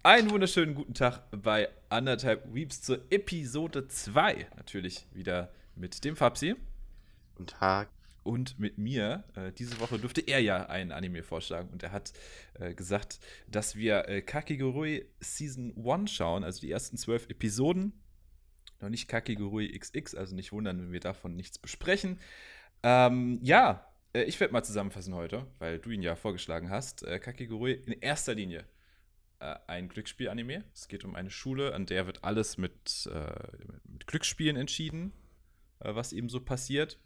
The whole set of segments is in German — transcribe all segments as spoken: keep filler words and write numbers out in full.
Einen wunderschönen guten Tag bei anderthalb Weeps zur Episode zwei. Natürlich wieder mit dem Fabsi. Guten Tag. Und mit mir. Äh, diese Woche durfte er ja einen Anime vorschlagen und er hat äh, gesagt, dass wir äh, Kakegurui Season eins schauen, also die ersten zwölf Episoden. Noch nicht Kakegurui X X, also nicht wundern, wenn wir davon nichts besprechen. Ähm, ja, äh, ich werde mal zusammenfassen heute, weil du ihn ja vorgeschlagen hast. Äh, Kakegurui in erster Linie äh, ein Glücksspiel-Anime. Es geht um eine Schule, an der wird alles mit, äh, mit Glücksspielen entschieden, äh, was eben so passiert.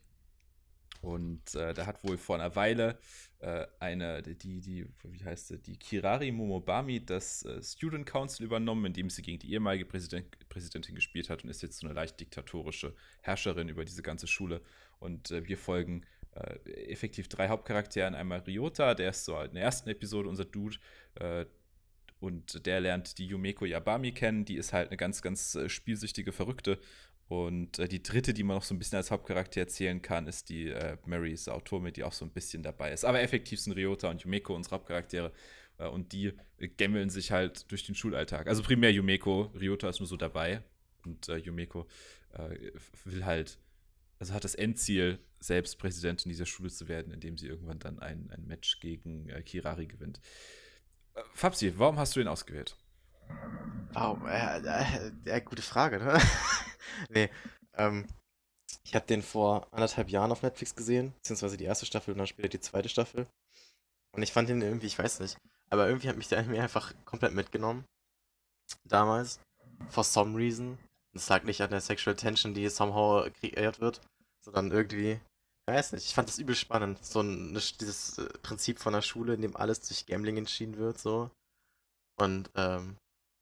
Und äh, da hat wohl vor einer Weile äh, eine, die, die, wie heißt sie, die Kirari Momobami das äh, Student Council übernommen, in dem sie gegen die ehemalige Präsident, Präsidentin gespielt hat und ist jetzt so eine leicht diktatorische Herrscherin über diese ganze Schule. Und äh, wir folgen äh, effektiv drei Hauptcharakteren. Einmal Ryota, der ist so in der ersten Episode unser Dude, äh, und der lernt die Yumeko Yabami kennen. Die ist halt eine ganz, ganz äh, spielsüchtige Verrückte. Und äh, die dritte, die man noch so ein bisschen als Hauptcharakter erzählen kann, ist die äh, Mary Saotome, die auch so ein bisschen dabei ist. Aber effektiv sind Ryota und Yumeko unsere Hauptcharaktere. Äh, und die äh, gämmeln sich halt durch den Schulalltag. Also primär Yumeko, Ryota ist nur so dabei. Und äh, Yumeko äh, will halt, also hat das Endziel, selbst Präsidentin dieser Schule zu werden, indem sie irgendwann dann ein, ein Match gegen äh, Kirari gewinnt. Äh, Fabsi, warum hast du ihn ausgewählt? Wow, äh, äh, äh, gute Frage, ne? Nee, ähm, ich habe den vor anderthalb Jahren auf Netflix gesehen, beziehungsweise die erste Staffel und dann später die zweite Staffel. Und ich fand den irgendwie, ich weiß nicht, aber irgendwie hat mich der Anime einfach komplett mitgenommen. Damals. For some reason. Das lag nicht an der Sexual Tension, die somehow kreiert wird, sondern irgendwie, ich weiß nicht, ich fand das übel spannend. So ein, ne- dieses äh, Prinzip von der Schule, in dem alles durch Gambling entschieden wird, so. Und, ähm,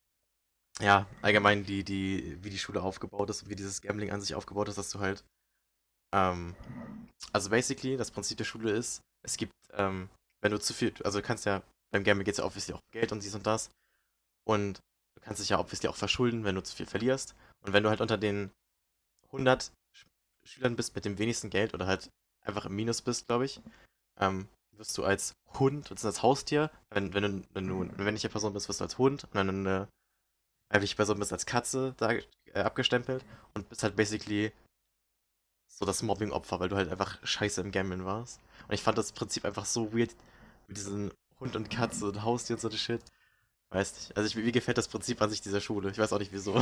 ja, allgemein die, die, wie die Schule aufgebaut ist und wie dieses Gambling an sich aufgebaut ist, dass du halt, ähm, also basically, das Prinzip der Schule ist, es gibt, ähm, wenn du zu viel, also du kannst ja, beim Gambling geht es ja obviously auch um Geld und dies und das und du kannst dich ja obviously auch verschulden, wenn du zu viel verlierst und wenn du halt unter den hundert Sch- Schülern bist mit dem wenigsten Geld oder halt einfach im Minus bist, glaube ich, ähm, wirst du als Hund, beziehungsweise als Haustier, wenn, wenn du, wenn du eine männliche Person bist, wirst du als Hund und wenn du eine weibliche Person bist als Katze da, äh, abgestempelt und bist halt basically so das Mobbing-Opfer, weil du halt einfach scheiße im Gamblen warst. Und ich fand das Prinzip einfach so weird mit diesen Hund und Katze und Haustier und so eine Shit. Weiß nicht. Also ich, mir gefällt das Prinzip an sich dieser Schule. Ich weiß auch nicht wieso.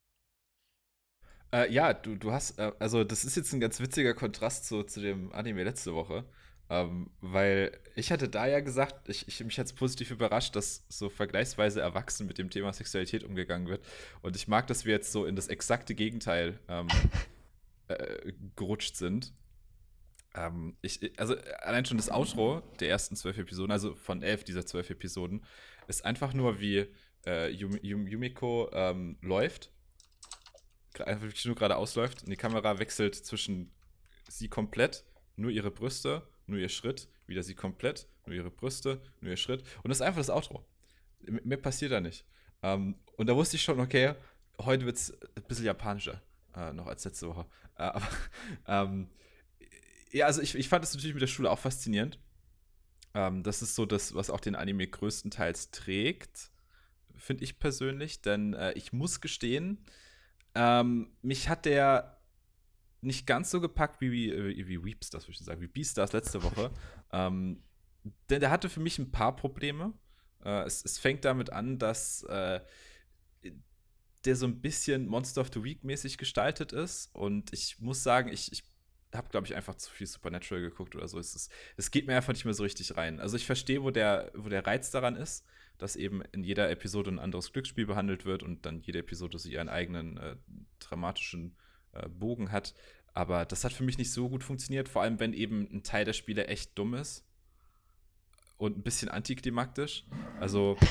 Äh, ja, du, du hast, äh, also das ist jetzt ein ganz witziger Kontrast zu, zu dem Anime letzte Woche. Ähm, weil ich hatte da ja gesagt, ich, ich mich jetzt positiv überrascht, dass so vergleichsweise erwachsen mit dem Thema Sexualität umgegangen wird. Und ich mag, dass wir jetzt so in das exakte Gegenteil ähm, äh, gerutscht sind. Ähm, ich, also allein schon das Outro der ersten zwölf Episoden, also von elf dieser zwölf Episoden, ist einfach nur wie äh, Yum, Yum, Yumiko ähm, läuft, einfach wirklich nur gerade ausläuft und die Kamera wechselt zwischen sie komplett, nur ihre Brüste, nur ihr Schritt, wieder sie komplett, nur ihre Brüste, nur ihr Schritt. Und das ist einfach das Outro. M- Mehr passiert da nicht. Ähm, und da wusste ich schon, okay, heute wird es ein bisschen japanischer, äh, noch als letzte Woche. Äh, aber ähm, ja, also ich, ich fand es natürlich mit der Schule auch faszinierend. Ähm, das ist so das, was auch den Anime größtenteils trägt, finde ich persönlich. Denn äh, ich muss gestehen, ähm, mich hat der nicht ganz so gepackt wie, wie, wie Weeps, das würde ich sagen, wie Beastars letzte Woche. Ähm, denn der hatte für mich ein paar Probleme. Äh, es, es fängt damit an, dass äh, der so ein bisschen Monster of the Week mäßig gestaltet ist. Und ich muss sagen, ich, ich habe, glaube ich, einfach zu viel Supernatural geguckt oder so. Es, ist, es geht mir einfach nicht mehr so richtig rein. Also ich verstehe, wo der, wo der Reiz daran ist, dass eben in jeder Episode ein anderes Glücksspiel behandelt wird und dann jede Episode so ihren eigenen äh, dramatischen äh, Bogen hat. Aber das hat für mich nicht so gut funktioniert, vor allem wenn eben ein Teil der Spiele echt dumm ist und ein bisschen antiklimaktisch. Also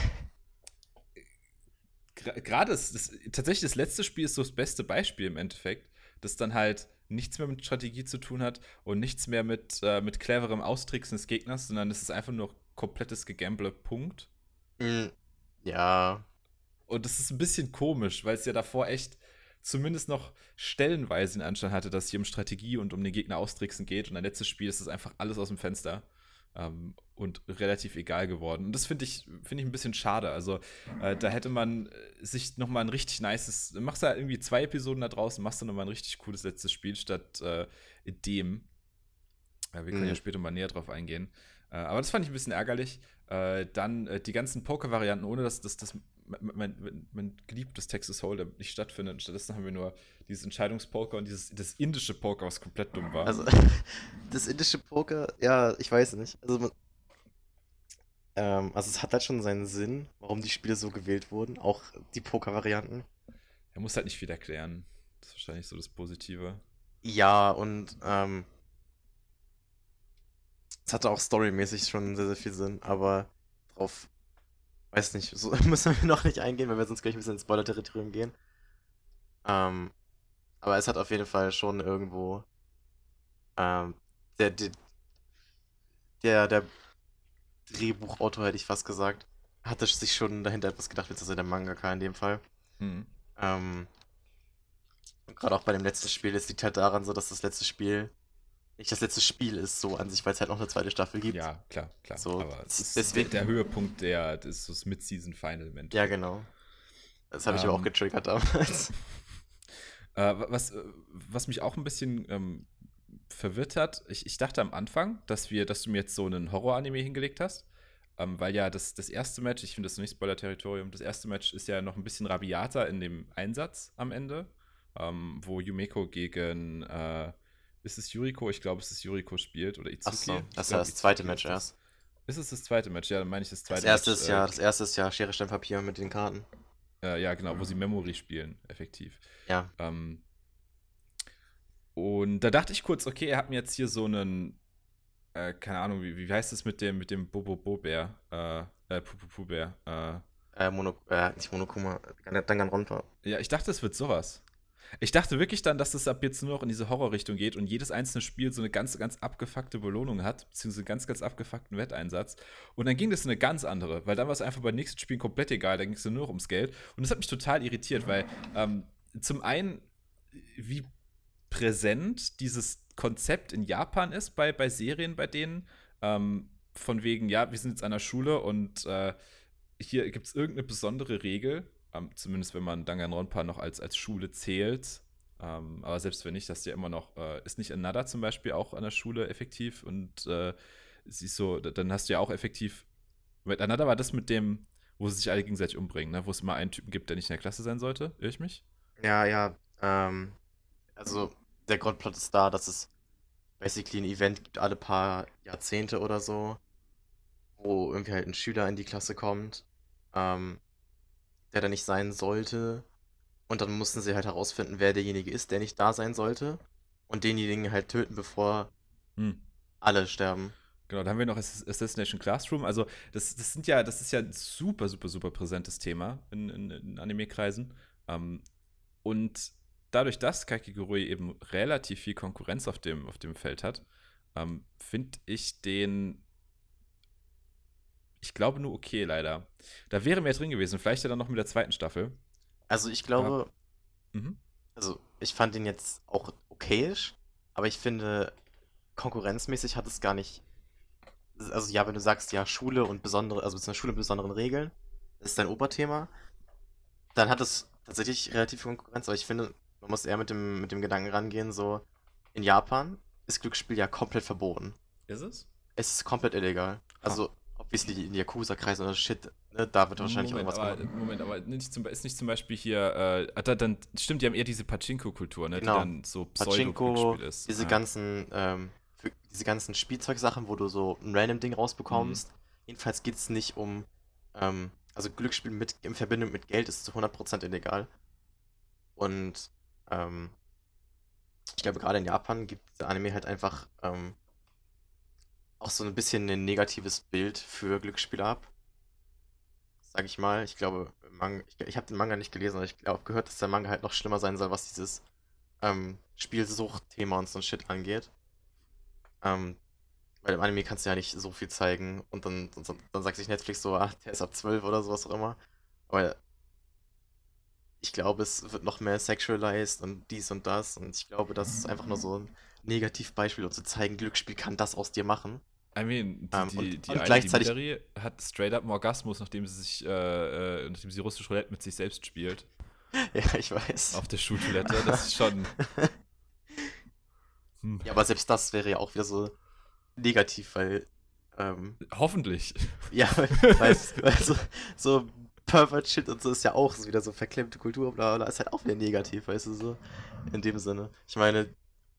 gerade das, das, tatsächlich das letzte Spiel ist so das beste Beispiel im Endeffekt, das dann halt nichts mehr mit Strategie zu tun hat und nichts mehr mit, äh, mit cleverem Austricksen des Gegners, sondern es ist einfach nur komplettes Gegamble, Punkt. Mm, ja. Und das ist ein bisschen komisch, weil es ja davor echt zumindest noch stellenweise den Anschein hatte, dass es hier um Strategie und um den Gegner austricksen geht. Und ein letztes Spiel ist es einfach alles aus dem Fenster. ähm, und relativ egal geworden. Und das finde ich, finde ich ein bisschen schade. Also äh, da hätte man äh, sich nochmal ein richtig nices, machst du halt irgendwie zwei Episoden da draußen, machst du nochmal ein richtig cooles letztes Spiel statt äh, dem. Äh, wir können ja Mhm. später mal näher drauf eingehen. Äh, aber das fand ich ein bisschen ärgerlich. Äh, dann äh, die ganzen Poker-Varianten, ohne dass das, das mein, mein, mein geliebtes Texas Hold'em nicht stattfindet. Und stattdessen haben wir nur dieses Entscheidungspoker und dieses das indische Poker, was komplett dumm war. Also, das indische Poker, ja, ich weiß nicht. Also, man, ähm, also es hat halt schon seinen Sinn, warum die Spiele so gewählt wurden, auch die Poker-Varianten. Er muss halt nicht viel erklären. Das ist wahrscheinlich so das Positive. Ja, und ähm, es hatte auch storymäßig schon sehr, sehr viel Sinn, aber drauf, weiß nicht, so müssen wir noch nicht eingehen, weil wir sonst gleich ein bisschen ins Spoiler-Territorium gehen. Ähm, aber es hat auf jeden Fall schon irgendwo ähm, der, der, der, der Drehbuchautor, hätte ich fast gesagt, hatte sich schon dahinter etwas gedacht, beziehungsweise der Mangaka in dem Fall. Hm. Ähm, und gerade auch bei dem letzten Spiel, es liegt halt daran so, dass das letzte Spiel nicht das letzte Spiel ist, so an sich, weil es halt noch eine zweite Staffel gibt. Ja, klar, klar. So, Aber es ist der, deswegen, der Höhepunkt der, des das Mid-Season-Final im ja, Endeffekt. genau. Das habe ich aber auch Ähm, getriggert damals. äh, was, äh, was mich auch ein bisschen ähm, verwirrt hat, ich, ich dachte am Anfang, dass wir, dass du mir jetzt so einen Horror-Anime hingelegt hast. Ähm, weil ja das, das erste Match, ich finde das nicht Spoiler-Territorium, das erste Match ist ja noch ein bisschen rabiater in dem Einsatz am Ende, ähm, wo Yumeko gegen, äh, ist es Yuriko? Ich glaube, es ist Yuriko spielt oder Ach Itsuki. so, Ich das ist ja glaube, das zweite Itsuki Match ist das. erst. Ist es das zweite Match? Ja, dann meine ich das Das zweite erste Match. ist Äh, ja, das erste ist ja Schere, Stein, Papier mit den Karten. äh, ja, genau, wo sie Memory spielen, effektiv. Ja. Ähm, und da dachte ich kurz, okay, er hat mir jetzt hier so einen, äh, keine Ahnung, wie, wie heißt es mit dem, mit dem Bobo-Bo-Bär? Äh, äh, Pupu-Bär. Äh, Äh, Mono, äh, nicht Monokuma, Danganronpa. ja, ich dachte, es wird sowas. Ich dachte wirklich dann, dass es ab jetzt nur noch in diese Horrorrichtung geht und jedes einzelne Spiel so eine ganz, ganz abgefuckte Belohnung hat, beziehungsweise einen ganz, ganz abgefuckten Wetteinsatz. Und dann ging das in eine ganz andere, weil dann war es einfach bei den nächsten Spielen komplett egal, da ging es nur noch ums Geld. Und das hat mich total irritiert, weil ähm, zum einen, wie präsent dieses Konzept in Japan ist bei, bei Serien bei denen, ähm, von wegen, ja, wir sind jetzt an der Schule und äh, hier gibt es irgendeine besondere Regel, ähm, zumindest wenn man Danganronpa noch als, als Schule zählt. Ähm, aber selbst wenn nicht, das ist ja immer noch, äh, ist nicht Another zum Beispiel auch an der Schule effektiv und äh, siehst so, dann hast du ja auch effektiv, mit Another war das mit dem, wo sie sich alle gegenseitig umbringen, ne? Wo es immer einen Typen gibt, der nicht in der Klasse sein sollte. Irre ich mich? Ja, ja, ähm, also der Grundplot ist da, dass es basically ein Event gibt alle paar Jahrzehnte oder so, wo irgendwie halt ein Schüler in die Klasse kommt, ähm, der da nicht sein sollte. Und dann mussten sie halt herausfinden, wer derjenige ist, der nicht da sein sollte. Und denjenigen halt töten, bevor Hm. alle sterben. Genau, da haben wir noch Ass- Assassination Classroom. Also, das, das sind ja, das ist ja ein super, super, super präsentes Thema in, in, in Anime-Kreisen. Ähm, und dadurch, dass Kakigurui eben relativ viel Konkurrenz auf dem, auf dem Feld hat, ähm, finde ich den, ich glaube, nur okay, leider. Da wäre mehr drin gewesen. Vielleicht ja dann noch mit der zweiten Staffel. Also ich Da, glaube, mhm. also ich fand ihn jetzt auch okayisch, aber ich finde, konkurrenzmäßig hat es gar nicht. Also ja, wenn du sagst, ja, Schule und besondere, also beziehungsweise Schule mit besonderen Regeln, das ist dein Oberthema, dann hat es tatsächlich relativ viel Konkurrenz, aber ich finde, man muss eher mit dem, mit dem Gedanken rangehen, so, in Japan ist Glücksspiel ja komplett verboten. Ist es? Es ist komplett illegal. Ha. Also, obviously in Yakuza-Kreisen oder Shit, ne, da wird wahrscheinlich Moment, irgendwas aber, gemacht. Moment, aber nicht zum, ist nicht zum Beispiel hier, äh, da, dann stimmt, die haben eher diese Pachinko-Kultur, ne, die Genau. dann so Pachinko, Pseudo-Glücksspiel ist. diese Ja. ganzen, ähm, für, diese ganzen Spielzeugsachen, wo du so ein random Ding rausbekommst. Jedenfalls geht es nicht um, ähm, also Glücksspiel mit, in Verbindung mit Geld ist zu hundert Prozent illegal. Und, ähm, ich glaube, gerade in Japan gibt der Anime halt einfach, ähm, auch so ein bisschen ein negatives Bild für Glücksspiel ab. Sag ich mal. Ich glaube, Mang ich, ich habe den Manga nicht gelesen, aber ich glaube gehört, dass der Manga halt noch schlimmer sein soll, was dieses ähm, Spielsucht-Thema und so ein Shit angeht. Ähm, weil im Anime kannst du ja nicht so viel zeigen und dann, dann, dann sagt sich Netflix so, ah, der ist ab zwölf oder sowas auch immer. Aber ich glaube, es wird noch mehr sexualized und dies und das und ich glaube, das ist einfach nur so ein Negativbeispiel, um zu zeigen, Glücksspiel kann das aus dir machen. I mean, die, Ähm, die, und, die und eine, die gleichzeitig, Midori, hat straight up einen Orgasmus, nachdem sie sich, äh, äh, nachdem sie russisch Roulette mit sich selbst spielt. ja, ich weiß. Auf der Schultoilette. Das ist schon. Hm, Ja, aber selbst das wäre ja auch wieder so negativ, weil, ähm, hoffentlich. ja, weil, weil so, so Pervert-Shit und so ist ja auch so wieder so verklemmte Kultur, bla bla, ist halt auch wieder negativ, weißt du, so, in dem Sinne. Ich meine,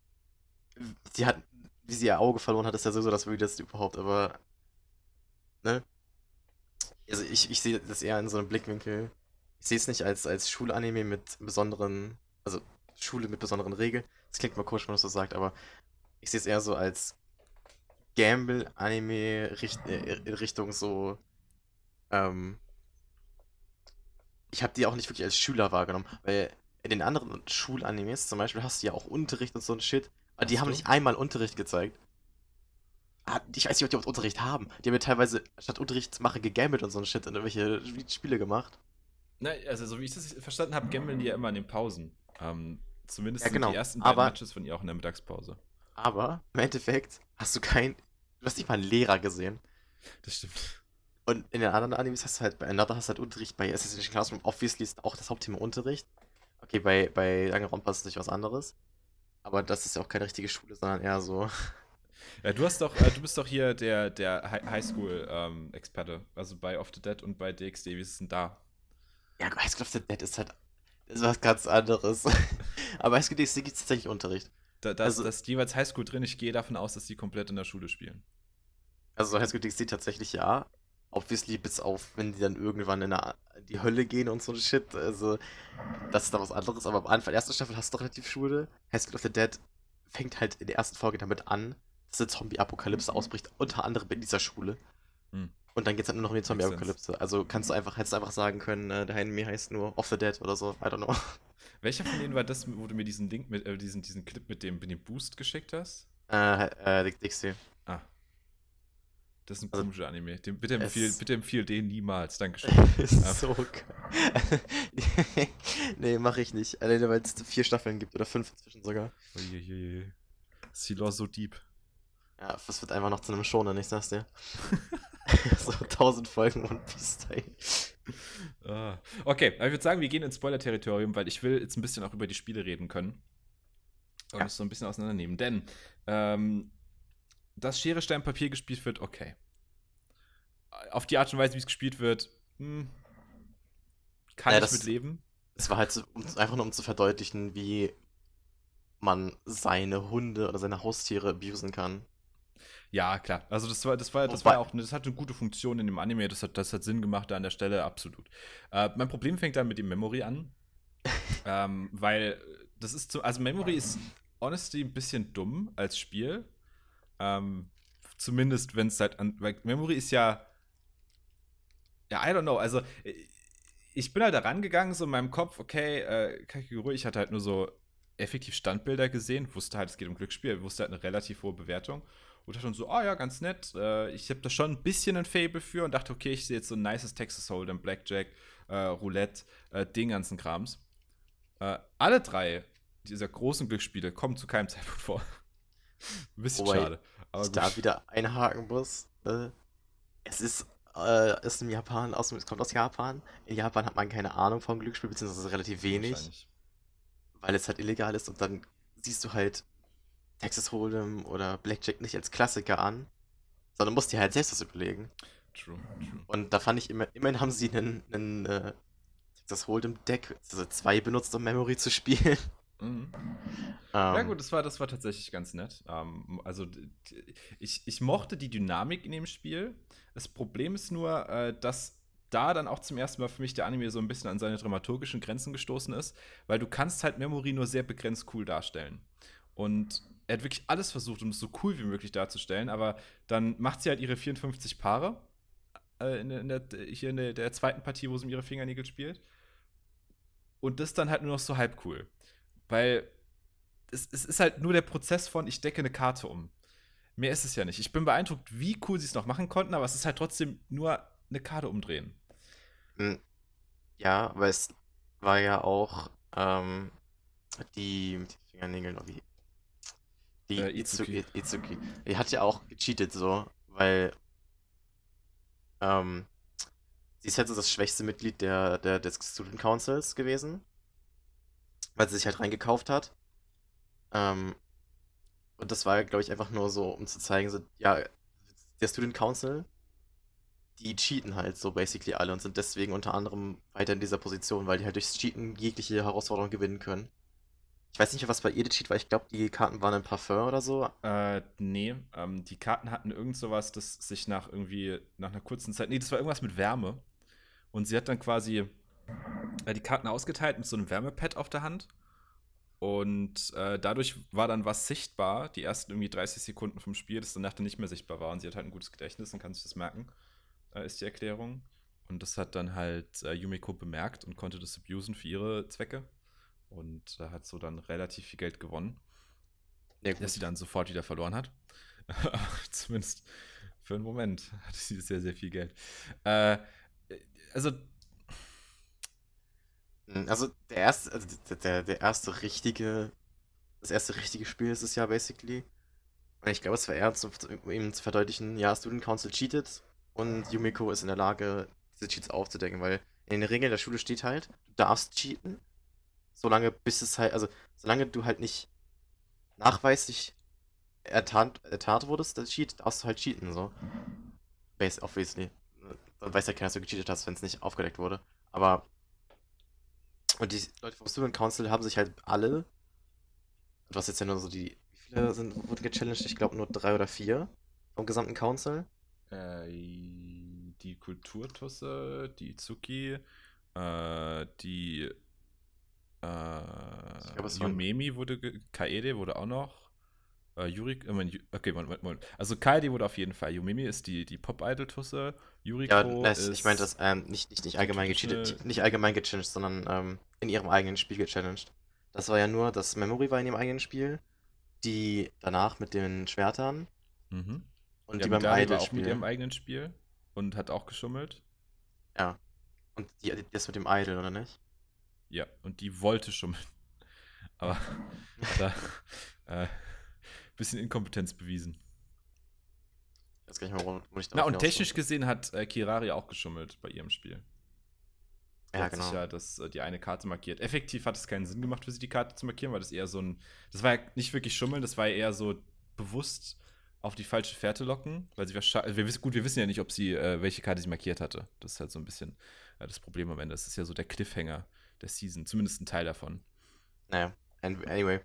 sie hat, wie sie ihr Auge verloren hat, ist ja sowieso das Weirdeste überhaupt, aber, ne? Also ich, ich sehe das eher in so einem Blickwinkel. Ich sehe es nicht als, als Schulanime mit besonderen, also Schule mit besonderen Regeln. Das klingt mal komisch, wenn man das so sagt, aber ich sehe es eher so als Gamble-Anime richt äh, in Richtung so, ähm, ich habe die auch nicht wirklich als Schüler wahrgenommen, weil in den anderen Schulanimes zum Beispiel hast du ja auch Unterricht und so ein Shit, aber die Hast haben du? nicht einmal Unterricht gezeigt. Ah, ich weiß nicht, ob die überhaupt Unterricht haben. Die haben ja teilweise statt Unterricht mache gegambelt und so ein Shit in irgendwelche Spiele gemacht. Na, also, so wie ich das verstanden habe, gambeln die ja immer in den Pausen. Ähm, zumindest Ja, sind die genau. ersten beiden Aber, Matches von ihr auch in der Mittagspause. aber im Endeffekt hast du kein, du hast nicht mal einen Lehrer gesehen. Das stimmt. Und in den anderen Animes hast du halt, bei Another hast du halt Unterricht, bei Assassin's Classroom obviously ist auch das Hauptthema Unterricht. Okay, bei, bei Danganronpa ist es natürlich was anderes. Aber das ist ja auch keine richtige Schule, sondern eher so. Ja, du hast doch, äh, du bist doch hier der, der Hi- Highschool-Experte. also bei Off the Dead und bei D X D. Wie ist es denn da? Ja, High School of the Dead ist halt das ist was ganz anderes. Aber High School D X D gibt es tatsächlich Unterricht. Da, da, ist, Also, da ist jeweils Highschool drin. Ich gehe davon aus, dass die komplett in der Schule spielen. also High School D X D tatsächlich ja. Obviously, bis auf, wenn die dann irgendwann in der, die Hölle gehen und so ein Shit. Also, das ist da was anderes. Aber am Anfang der ersten Staffel hast du doch relativ Schule. High School of the Dead fängt halt in der ersten Folge damit an, dass eine Zombie-Apokalypse ausbricht, unter anderem in dieser Schule. Hm, Und dann geht's halt nur noch um die makes sense. Zombie-Apokalypse. Also kannst du einfach, hättest du einfach sagen können, äh, der Anime heißt nur Off the Dead oder so. I don't know. Welcher von denen war das, wo du mir diesen Link mit, äh, diesen, diesen Clip mit dem, mit dem Boost geschickt hast? Äh, äh, Dixie. Ah, das ist ein Also, komischer Anime. Den, bitte, empfiehl, es bitte empfiehl den niemals. Dankeschön. ist Ähm, so geil. Nee, mach ich nicht. Alleine, weil es vier Staffeln gibt oder fünf inzwischen sogar. Uiuiui. Silor so deep. Ja, das wird einfach noch zu einem Shonen, ich sag's dir. So tausend Folgen One Piece Style. Ah. Okay, aber ich würde sagen, wir gehen ins Spoiler-Territorium, weil ich will jetzt ein bisschen auch über die Spiele reden können. Und Ja. das so ein bisschen auseinandernehmen. Denn, ähm, dass Schere, Stein, Papier gespielt wird, okay. Auf die Art und Weise, wie es gespielt wird, hm, kann Naja, ich mit das, leben. das war halt so, um, einfach nur um zu verdeutlichen, wie man seine Hunde oder seine Haustiere abusen kann. Ja, klar. Also das war, das war, das war Wobei, auch, das hatte eine gute Funktion in dem Anime, das hat, das hat Sinn gemacht da an der Stelle, absolut. Äh, mein Problem fängt dann mit dem Memory an. ähm, weil das ist so, also Memory ist honestly ein bisschen dumm als Spiel. Ähm, zumindest wenn es halt an, weil Memory ist ja, ja, I don't know, also äh, ich bin halt da rangegangen, so in meinem Kopf, okay, äh, Kakegurui, ich hatte halt nur so effektiv Standbilder gesehen, wusste halt, es geht um Glücksspiel, wusste halt eine relativ hohe Bewertung und dachte dann so, ah ja, ganz nett. Äh, ich habe da schon ein bisschen ein Faible für und dachte, okay, ich sehe jetzt so ein nices Texas Hold'em, Blackjack, äh, Roulette, äh, den ganzen Krams. Äh, alle drei dieser großen Glücksspiele kommen zu keinem Zeitpunkt vor. Ein bisschen wobei schade. Aber ich gut. da wieder einhaken muss. Äh, es ist, äh, ist im Japan, aus, es kommt aus Japan. In Japan hat man keine Ahnung vom Glücksspiel, beziehungsweise relativ wenig, Wahrscheinlich. weil es halt illegal ist und dann siehst du halt Texas Hold'em oder Blackjack nicht als Klassiker an, sondern musst dir halt selbst was überlegen. True, true. Und da fand ich immer, immerhin haben sie einen, einen äh, Texas Hold'em Deck, also zwei benutzt, um Memory zu spielen. Mhm. Ja, Ähm, gut, das war, das war tatsächlich ganz nett. Ähm, also, d- d- ich, ich mochte die Dynamik in dem Spiel. Das Problem ist nur, äh, dass da dann auch zum ersten Mal für mich der Anime so ein bisschen an seine dramaturgischen Grenzen gestoßen ist, weil du kannst halt Memory nur sehr begrenzt cool darstellen. Und er hat wirklich alles versucht, um es so cool wie möglich darzustellen, aber dann macht sie halt ihre vierundfünfzig Paare äh, in, in der, hier in der, der zweiten Partie, wo sie um ihre Fingernägel spielt. Und das dann halt nur noch so halb cool. Weil es, es ist halt nur der Prozess von, ich decke eine Karte um. Mehr ist es ja nicht. Ich bin beeindruckt, wie cool sie es noch machen konnten, aber es ist halt trotzdem nur eine Karte umdrehen. m, ja, aber es war ja auch ähm, die mit den Fingernägeln, oh, wie die Äh, Itsuki, Itsuki. Itsuki, die hat ja auch gecheatet so, weil ähm, sie ist halt so das schwächste Mitglied der, der, des Student Councils gewesen, weil sie sich halt reingekauft hat. Ähm, und das war, glaube ich, einfach nur so, um zu zeigen, so, ja, der Student Council, die cheaten halt so basically alle und sind deswegen unter anderem weiter in dieser Position, weil die halt durchs Cheaten jegliche Herausforderung gewinnen können. Ich weiß nicht mehr, was bei ihr der Cheat war. Ich glaube, die Karten waren ein Parfum oder so. Äh, nee, ähm, die Karten hatten irgend sowas, das sich nach irgendwie, nach einer kurzen Zeit, nee, das war irgendwas mit Wärme. Und sie hat dann quasi äh, die Karten ausgeteilt mit so einem Wärmepad auf der Hand. Und äh, dadurch war dann was sichtbar, die ersten irgendwie dreißig Sekunden vom Spiel, das danach dann nicht mehr sichtbar war. Und sie hat halt ein gutes Gedächtnis und kann sich das merken, äh, ist die Erklärung. Und das hat dann halt äh, Yumiko bemerkt und konnte das abusen für ihre Zwecke. Und äh, hat so dann relativ viel Geld gewonnen, Ja, das sie gut. dann sofort wieder verloren hat. Zumindest für einen Moment hatte sie sehr, sehr viel Geld. Äh, also, Hm, Also, der erste, also der, der, der erste richtige, das erste richtige Spiel ist es ja basically. Und ich glaube, es war eher, zu, um ihm zu verdeutlichen, ja, Student Council cheatet und Yumiko ist in der Lage, diese Cheats aufzudecken, weil in den Regeln der Schule steht halt, du darfst cheaten, solange bis es halt, also solange du halt nicht nachweislich ertarnt, ertarnt wurdest, der Cheat, darfst du halt cheaten, so. Base, obviously. Dann weiß ja keiner, dass du gecheatet hast, wenn es nicht aufgedeckt wurde. Aber, und die Leute vom Student Council haben sich halt alle, was jetzt ja nur so die, wie viele sind, wurden gechallenged? Ich glaube nur drei oder vier vom gesamten Council. äh, die Kulturtusse, die Zuki, äh, die Ich glaube, äh, es waren, Yumemi wurde, ge- Kaede wurde auch noch. Äh, Yuri, äh, Moment, Yu- okay, Moment, Moment, Moment. Also Kaede wurde auf jeden Fall. Yumemi ist die, die Pop-Idol-Tusse. ja, Yuriko das, ich meine das ist ähm, nicht, nicht, nicht die allgemein gecheatet, typische. nicht allgemein gechallenged, sondern ähm, in ihrem eigenen Spiel gechallenged. Das war ja nur, das Memory war in ihrem eigenen Spiel, die danach mit den Schwertern Mhm. und Ja, die beim Midari war auch mit Idol-Spiel. ihrem eigenen Spiel und hat auch geschummelt. Ja. Und die, das mit dem Idol, oder nicht? Ja, und die wollte schummeln. Aber da äh, bisschen Inkompetenz bewiesen. Ich weiß gar nicht mehr, wo, wo ich Na, darauf und hinaus technisch wollte. gesehen hat äh, Kirari auch geschummelt bei ihrem Spiel. Die Ja, hat sich genau. ja das, äh, die eine Karte markiert. Effektiv hat es keinen Sinn gemacht für sie, die Karte zu markieren, weil das eher so ein. Das war ja nicht wirklich Schummeln, das war ja eher so bewusst auf die falsche Fährte locken. Weil sie wahrscheinlich. Wir wissen, gut, wir wissen ja nicht, ob sie, äh, welche Karte sie markiert hatte. Das ist halt so ein bisschen äh, das Problem am Ende. Das ist ja so der Cliffhanger der Season. Zumindest ein Teil davon. Naja, and- anyway.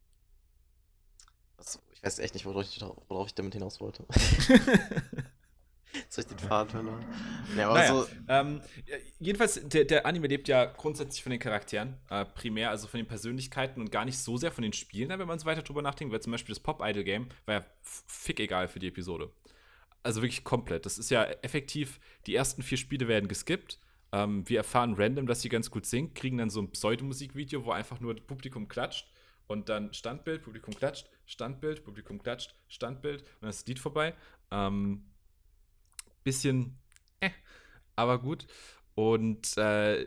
Das, ich weiß echt nicht, worauf ich, worauf ich damit hinaus wollte. Soll ich den Faden verloren? Ne, aber Naja, so, ähm, ja, jedenfalls, der, der Anime lebt ja grundsätzlich von den Charakteren, äh, primär also von den Persönlichkeiten und gar nicht so sehr von den Spielen, wenn man so weiter drüber nachdenkt, weil zum Beispiel das Pop-Idol-Game war ja fick egal für die Episode. Also wirklich komplett. Das ist ja effektiv, die ersten vier Spiele werden geskippt. Ähm, wir erfahren random, dass sie ganz gut singt, kriegen dann so ein Pseudomusikvideo, wo einfach nur das Publikum klatscht und dann Standbild, Publikum klatscht, Standbild, Publikum klatscht, Standbild und dann ist das Lied vorbei. Ähm, bisschen, äh, aber gut. Und äh,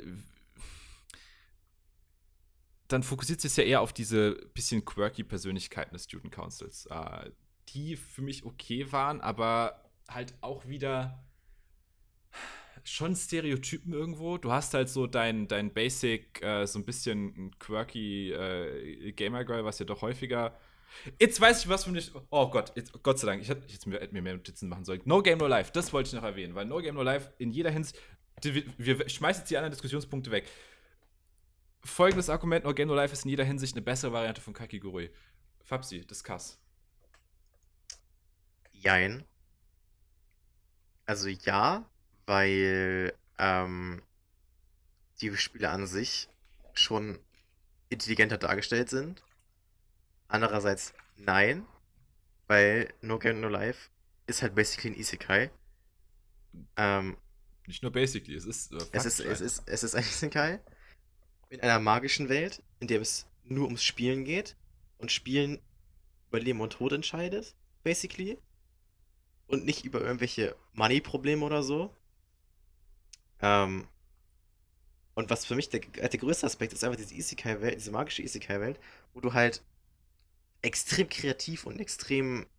dann fokussiert sich ja eher auf diese bisschen quirky Persönlichkeiten des Student Councils, äh, die für mich okay waren, aber halt auch wieder schon Stereotypen irgendwo. Du hast halt so dein, dein Basic, äh, so ein bisschen quirky äh, Gamer Girl, was ja doch häufiger. Jetzt weiß ich, was für mich. Oh Gott, jetzt, Gott sei Dank, ich hätte jetzt mir, hätte mir mehr Notizen machen sollen. No Game No Life, das wollte ich noch erwähnen, weil No Game No Life in jeder Hinsicht. Wir, wir schmeißen jetzt die anderen Diskussionspunkte weg. Folgendes Argument: No Game No Life ist in jeder Hinsicht eine bessere Variante von Kakigurui. Fabsi, discuss. jein. Also ja, weil ähm, die Spiele an sich schon intelligenter dargestellt sind. Andererseits nein, weil No Game No Life ist halt basically ein Isekai. Ähm, Nicht nur basically, es ist äh, es ist, faktisch es eins. ist, es ist ein Isekai in einer magischen Welt, in der es nur ums Spielen geht und Spielen über Leben und Tod entscheidet, basically. Und nicht über irgendwelche Money-Probleme oder so. Ähm, und was für mich der, der größte Aspekt ist, einfach diese Isekai-Welt, diese magische Isekai-Welt, wo du halt extrem kreativ und extrem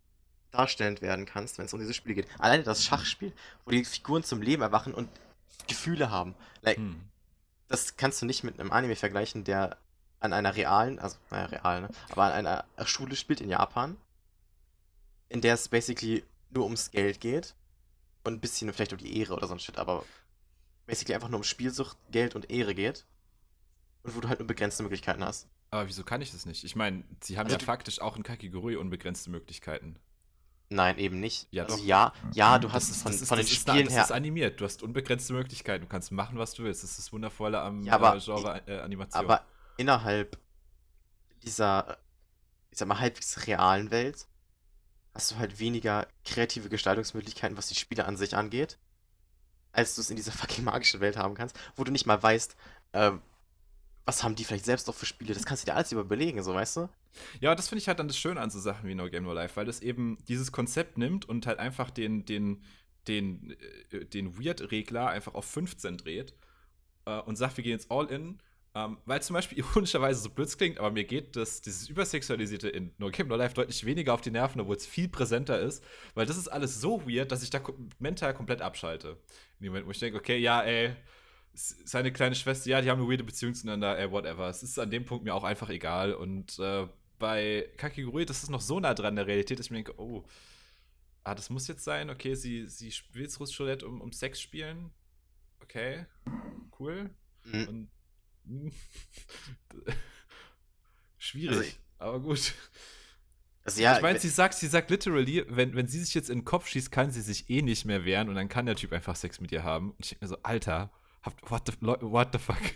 darstellend werden kannst, wenn es um dieses Spiel geht. Alleine das Schachspiel, wo die Figuren zum Leben erwachen und Gefühle haben. Like, Hm. das kannst du nicht mit einem Anime vergleichen, der an einer realen, also, naja, real, ne? Aber an einer Schule spielt in Japan, in der es basically nur ums Geld geht und ein bisschen vielleicht um die Ehre oder so ein Shit, aber basically einfach nur um Spielsucht, Geld und Ehre geht und wo du halt nur begrenzte Möglichkeiten hast. Aber wieso kann ich das nicht? Ich meine, sie haben Also ja du- faktisch auch in Kakigurui unbegrenzte Möglichkeiten. Nein, eben nicht. Ja, Also doch. ja, ja, du Das hast ist, von, das ist, von den das ist, Spielen das her. ist animiert. Du hast unbegrenzte Möglichkeiten. Du kannst machen, was du willst. Das ist das Wundervolle am Ja, aber, äh, Genre äh, Animation. aber innerhalb dieser, ich sag mal, halbwegs realen Welt hast du halt weniger kreative Gestaltungsmöglichkeiten, was die Spiele an sich angeht, als du es in dieser fucking magischen Welt haben kannst, wo du nicht mal weißt, ähm, was haben die vielleicht selbst auch für Spiele. Das kannst du dir alles überlegen, so, weißt du? Ja, das finde ich halt dann das Schöne an so Sachen wie No Game No Life, weil das eben dieses Konzept nimmt und halt einfach den, den, den, äh, den Weird-Regler einfach auf fünfzehn dreht äh, und sagt, wir gehen jetzt all in. Ähm, weil zum Beispiel ironischerweise so blöd klingt, aber mir geht das, dieses Übersexualisierte in No Game No Life deutlich weniger auf die Nerven, obwohl es viel präsenter ist, weil das ist alles so weird, dass ich da ko- mental komplett abschalte. In dem Moment, wo ich denke, okay, ja, ey, s- seine kleine Schwester, ja, die haben eine weirde Beziehung zueinander, ey, whatever. Es ist an dem Punkt mir auch einfach egal und äh, bei Kakigurui, das ist noch so nah dran der Realität, dass ich mir denke, oh, ah, das muss jetzt sein, okay, sie, sie spielt jetzt Russisch Roulette um, um Sex spielen. Okay, cool. Mhm. Und hm, Also, schwierig, ich- aber gut. Also ja, ich meine, wenn- sie sagt, sie sagt literally, wenn, wenn sie sich jetzt in den Kopf schießt, kann sie sich eh nicht mehr wehren und dann kann der Typ einfach Sex mit ihr haben. Und ich denke mir so, Alter, habt- what the, Leu- what the fuck?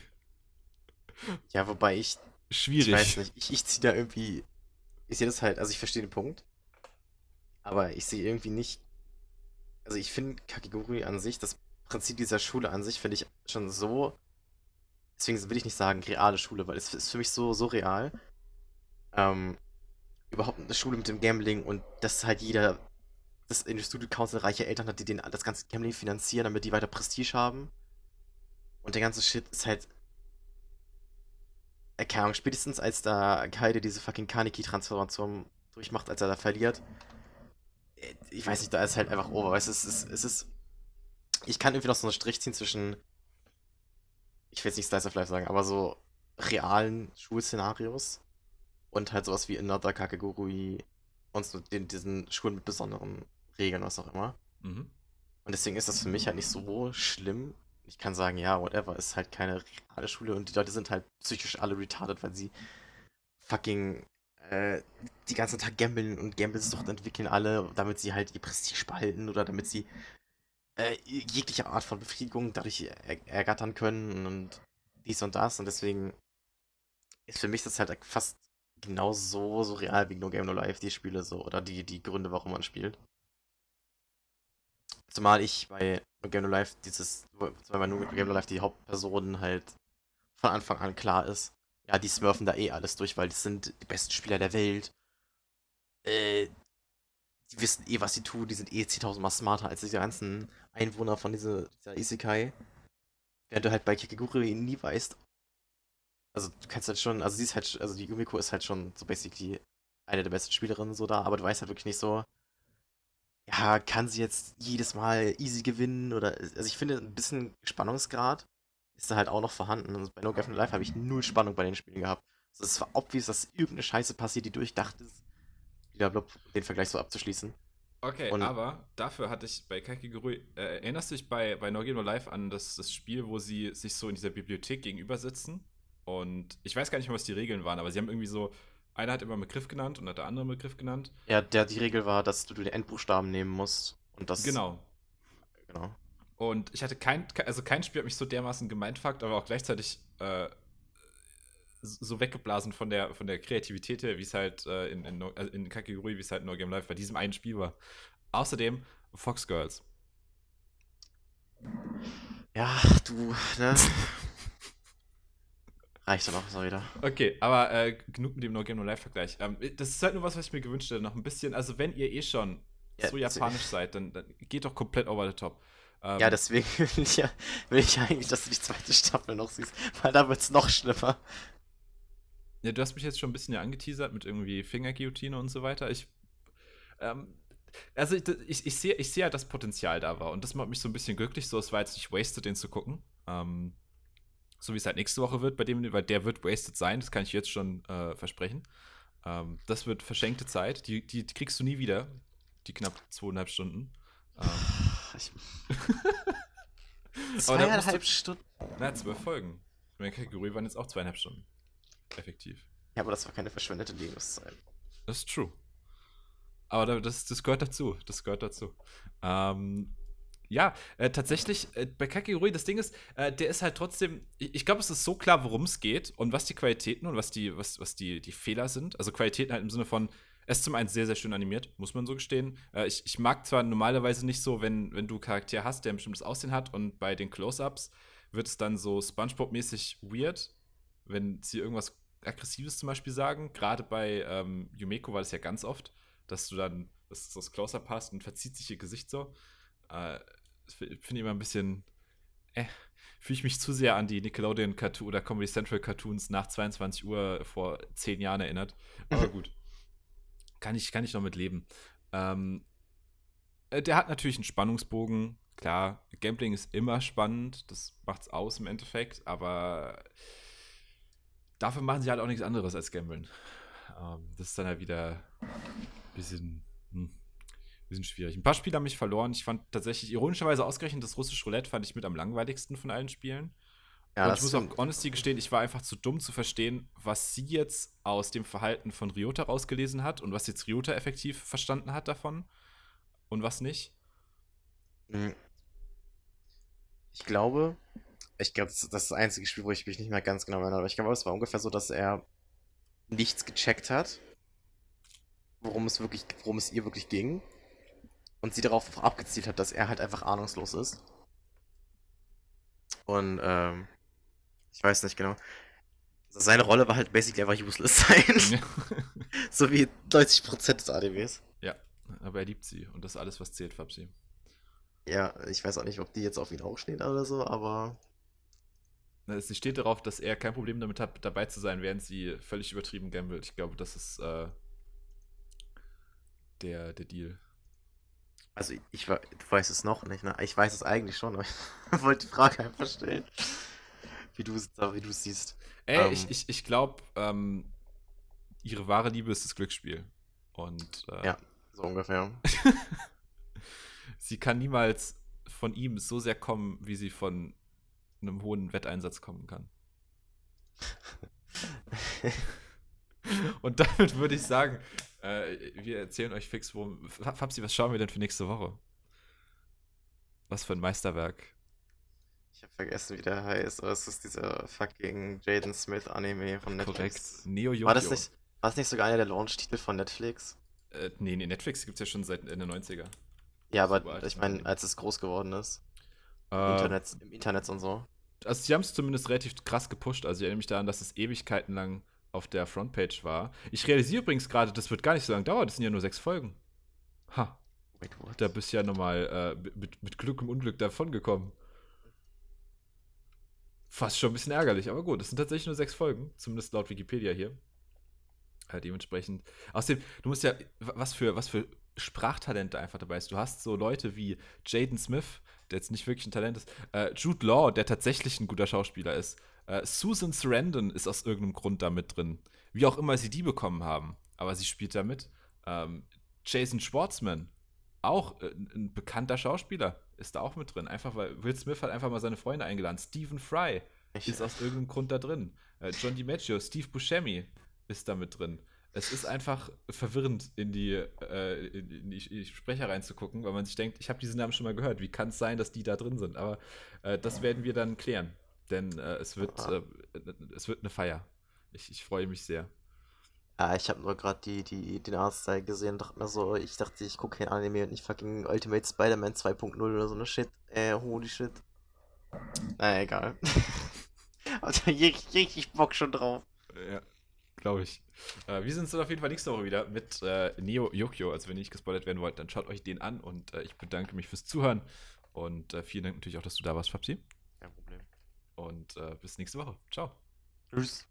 ja, wobei ich, ich Schwierig. weiß nicht, ich, ich ziehe da irgendwie, ich sehe das halt, also ich verstehe den Punkt, aber ich sehe irgendwie nicht, also ich finde Kakiguri an sich, das Prinzip dieser Schule an sich finde ich schon so, deswegen will ich nicht sagen reale Schule, weil es ist für mich so, so real, ähm, überhaupt eine Schule mit dem Gambling und dass halt jeder, das in der Student Council reiche Eltern hat, die den, das ganze Gambling finanzieren, damit die weiter Prestige haben und der ganze Shit ist halt, äh, keine Ahnung, spätestens als da Kaide diese fucking Kaneki-Transformation durchmacht, als er da verliert, äh, ich weiß nicht, da ist halt einfach over, weißt du, es ist, es ist, ich kann irgendwie noch so einen Strich ziehen zwischen, ich will jetzt nicht Slice of Life sagen, aber so realen Schulszenarios und halt sowas wie Another Kakegurui und so den, diesen Schulen mit besonderen Regeln, was auch immer. Mhm. Und deswegen ist das für mich halt nicht so schlimm. Ich kann sagen, ja, whatever, ist halt keine reale Schule und die Leute sind halt psychisch alle retarded, weil sie fucking äh, die ganzen Tag gambeln und Gamble-Sucht entwickeln alle, damit sie halt ihr Prestige behalten oder damit sie äh, jegliche Art von Befriedigung dadurch er ergattern können und dies und das und deswegen ist für mich das halt fast genau so, so real wie No Game No Life, die Spiele so oder die, die Gründe, warum man spielt. Zumal ich bei No Game No Life dieses, zumal bei No Game No Life die Hauptpersonen halt von Anfang an klar ist, ja, die smurfen da eh alles durch, weil das sind die besten Spieler der Welt. Äh, die wissen eh, was sie tun, die sind eh zehntausend Mal smarter als die ganzen Einwohner von dieser, dieser Isekai. Während du halt bei Kakegurui nie weißt, also du kannst halt schon, also sie ist halt, also die Yumiko ist halt schon so basically eine der besten Spielerinnen so da, aber du weißt halt wirklich nicht so, ja, kann sie jetzt jedes Mal easy gewinnen oder, also ich finde, ein bisschen Spannungsgrad ist da halt auch noch vorhanden. Und bei No Game No Life habe ich null Spannung bei den Spielen gehabt. Also es war obvious, dass irgendeine Scheiße passiert, die durchdacht ist. Blablabla, den Vergleich so abzuschließen. Okay, Und- aber dafür hatte ich bei Kakigurui, äh, erinnerst du dich bei, bei No Game No Life an das, das Spiel, wo sie sich so in dieser Bibliothek gegenüber sitzen? Und ich weiß gar nicht mehr, was die Regeln waren, aber sie haben irgendwie so, einer hat immer einen Begriff genannt und hat der andere einen Begriff genannt. Ja, der, die Regel war, dass du den Endbuchstaben nehmen musst. Und das. Genau. Genau. Und ich hatte kein, also kein Spiel hat mich so dermaßen gemindfuckt, aber auch gleichzeitig äh, so weggeblasen von der, von der Kreativität her, wie es halt äh, in, in, No- also in Kakigurui, wie es halt in No Game Life bei diesem einen Spiel war. Außerdem Fox Girls. Ja, du, ne? Reicht dann auch so wieder. Okay, aber äh, genug mit dem No Game No Life Vergleich. Ähm, das ist halt nur was, was ich mir gewünscht hätte. Noch ein bisschen, also wenn ihr eh schon Ja, so also- japanisch seid, dann, dann geht doch komplett over the top. Ähm, Ja, deswegen will ich, ja, will ich eigentlich, dass du die zweite Staffel noch siehst, weil da wird's noch schlimmer. Ja, du hast mich jetzt schon ein bisschen ja angeteasert mit irgendwie Fingerguillotine und so weiter. Ich, ähm, Also ich, ich, ich sehe ich seh halt, dass Potenzial da war. Und das macht mich so ein bisschen glücklich. So, es war jetzt nicht wasted, den zu gucken. Ähm, so wie es halt nächste Woche wird bei dem, weil der wird wasted sein. Das kann ich jetzt schon äh, versprechen. Ähm, das wird verschenkte Zeit. Die, die, die kriegst du nie wieder. Die knapp zweieinhalb Stunden. Ähm, Ich, aber da musst du. zweieinhalb Stunden? Na, zwölf Folgen. Meine Kategorie waren jetzt auch zweieinhalb Stunden. Effektiv. Ja, aber das war keine verschwendete Lebenszeit. Das ist true. Aber das, das gehört dazu. Das gehört dazu. Ähm, ja, äh, tatsächlich, äh, bei Kakegurui, das Ding ist, äh, der ist halt trotzdem, ich, ich glaube, es ist so klar, worum es geht und was die Qualitäten und was die, was, was die, die Fehler sind. Also Qualitäten halt im Sinne von, er ist zum einen sehr, sehr schön animiert, muss man so gestehen. Äh, ich, ich mag zwar normalerweise nicht so, wenn, wenn du einen Charakter hast, der ein bestimmtes Aussehen hat und bei den Close-Ups wird es dann so SpongeBob-mäßig weird, wenn sie irgendwas Aggressives zum Beispiel sagen. Gerade bei ähm, Yumeko war das ja ganz oft, dass du dann das, das Close-Up hast und verzieht sich ihr Gesicht so. Äh, Finde ich immer ein bisschen. Äh, Fühle ich mich zu sehr an die Nickelodeon-Cartoon oder Comedy Central-Cartoons nach zweiundzwanzig Uhr vor zehn Jahren erinnert. Aber gut. Kann ich, kann ich noch mit leben. Ähm, äh, der hat natürlich einen Spannungsbogen. Klar, Gambling ist immer spannend. Das macht's aus im Endeffekt. Aber dafür machen sie halt auch nichts anderes als Gamblen. Ähm, das ist dann halt wieder ein bisschen. Hm. Bisschen schwierig. Ein paar Spiele haben mich verloren. Ich fand tatsächlich, ironischerweise ausgerechnet, das russische Roulette fand ich mit am langweiligsten von allen Spielen. Ja, Und ich das muss auch stimmt. honesty gestehen, ich war einfach zu dumm zu verstehen, was sie jetzt aus dem Verhalten von Ryota rausgelesen hat und was jetzt Ryota effektiv verstanden hat davon und was nicht. Hm, Ich glaube, ich glaube, das ist das einzige Spiel, wo ich mich nicht mehr ganz genau erinnere, aber ich glaube, es war ungefähr so, dass er nichts gecheckt hat, worum es wirklich, worum es ihr wirklich ging. Und sie darauf abgezielt hat, dass er halt einfach ahnungslos ist. Und, ähm, ich weiß nicht genau. Seine Rolle war halt basically einfach useless sein. So wie neunzig Prozent des A D Ws. Ja, aber er liebt sie und das ist alles, was zählt, Fabsi. Ja, ich weiß auch nicht, ob die jetzt auf ihn auch stehen oder so, aber. Sie steht darauf, dass er kein Problem damit hat, dabei zu sein, während sie völlig übertrieben gambelt. Ich glaube, das ist äh, der, der Deal. Also, ich, du weißt es noch nicht, ne? Ich weiß es eigentlich schon, aber ich wollte die Frage einfach stellen. Wie du es wie du es siehst. Ey, Ähm, ich, ich, ich glaube, ähm, ihre wahre Liebe ist das Glücksspiel. Und äh, ja, so ungefähr. sie kann niemals von ihm so sehr kommen, wie sie von einem hohen Wetteinsatz kommen kann. Und damit würde ich sagen, äh, wir erzählen euch fix, worum. Fabsi, was schauen wir denn für nächste Woche? Was für ein Meisterwerk. Ich habe vergessen, wie der heißt, aber es ist dieser fucking Jaden Smith Anime von Korrekt. Netflix. Neo War das Yokio. nicht, war das nicht sogar einer der Launch-Titel von Netflix? Äh, nee, nee, Netflix gibt es ja schon seit Ende neunziger. Ja, Super aber altes ich meine, Anime. als es groß geworden ist. Im Äh, Internet, im Internet und so. also sie haben es zumindest relativ krass gepusht. Also ich erinnere mich daran, dass es Ewigkeiten lang auf der Frontpage war. Ich realisiere übrigens gerade, das wird gar nicht so lange dauern. Das sind ja nur sechs Folgen. Ha, Wait, what? da bist du ja nochmal äh, mit, mit Glück und Unglück davongekommen. Fast schon ein bisschen ärgerlich, aber gut, es sind tatsächlich nur sechs Folgen, zumindest laut Wikipedia hier. Äh, dementsprechend. Außerdem, du musst ja, was für, was für Sprachtalente einfach dabei ist. Du hast so Leute wie Jaden Smith, der jetzt nicht wirklich ein Talent ist, äh, Jude Law, der tatsächlich ein guter Schauspieler ist. Äh, Susan Sarandon ist aus irgendeinem Grund da mit drin. Wie auch immer sie die bekommen haben. Aber sie spielt da mit. Ähm, Jason Schwartzman, auch äh, ein bekannter Schauspieler, ist da auch mit drin. Einfach weil Will Smith hat einfach mal seine Freunde eingeladen. Stephen Fry Ich, ist aus irgendeinem Grund da drin. Äh, John DiMaggio, Steve Buscemi ist da mit drin. Es ist einfach verwirrend, in die, äh, in, die, in die Sprecher reinzugucken, weil man sich denkt, ich habe diesen Namen schon mal gehört. Wie kann es sein, dass die da drin sind? Aber äh, das werden wir dann klären. Denn äh, es, wird, äh, es wird eine Feier. Ich, ich freue mich sehr. ja, ich habe nur gerade die, die, den Artstyle gesehen und dachte mir so, ich dachte, ich gucke kein Anime und nicht fucking Ultimate Spider-Man zwei Punkt null oder so eine Shit. Äh, holy shit. Na, egal. Also richtig, richtig Bock schon drauf. Ja, glaube ich. Äh, wir sind es dann auf jeden Fall nächste Woche wieder mit äh, Neo Yokio. Also wenn ihr nicht gespoilert werden wollt, dann schaut euch den an. Und äh, ich bedanke mich fürs Zuhören. Und äh, vielen Dank natürlich auch, dass du da warst, Fabsi. Kein Problem. Und äh, bis nächste Woche. Ciao. Tschüss.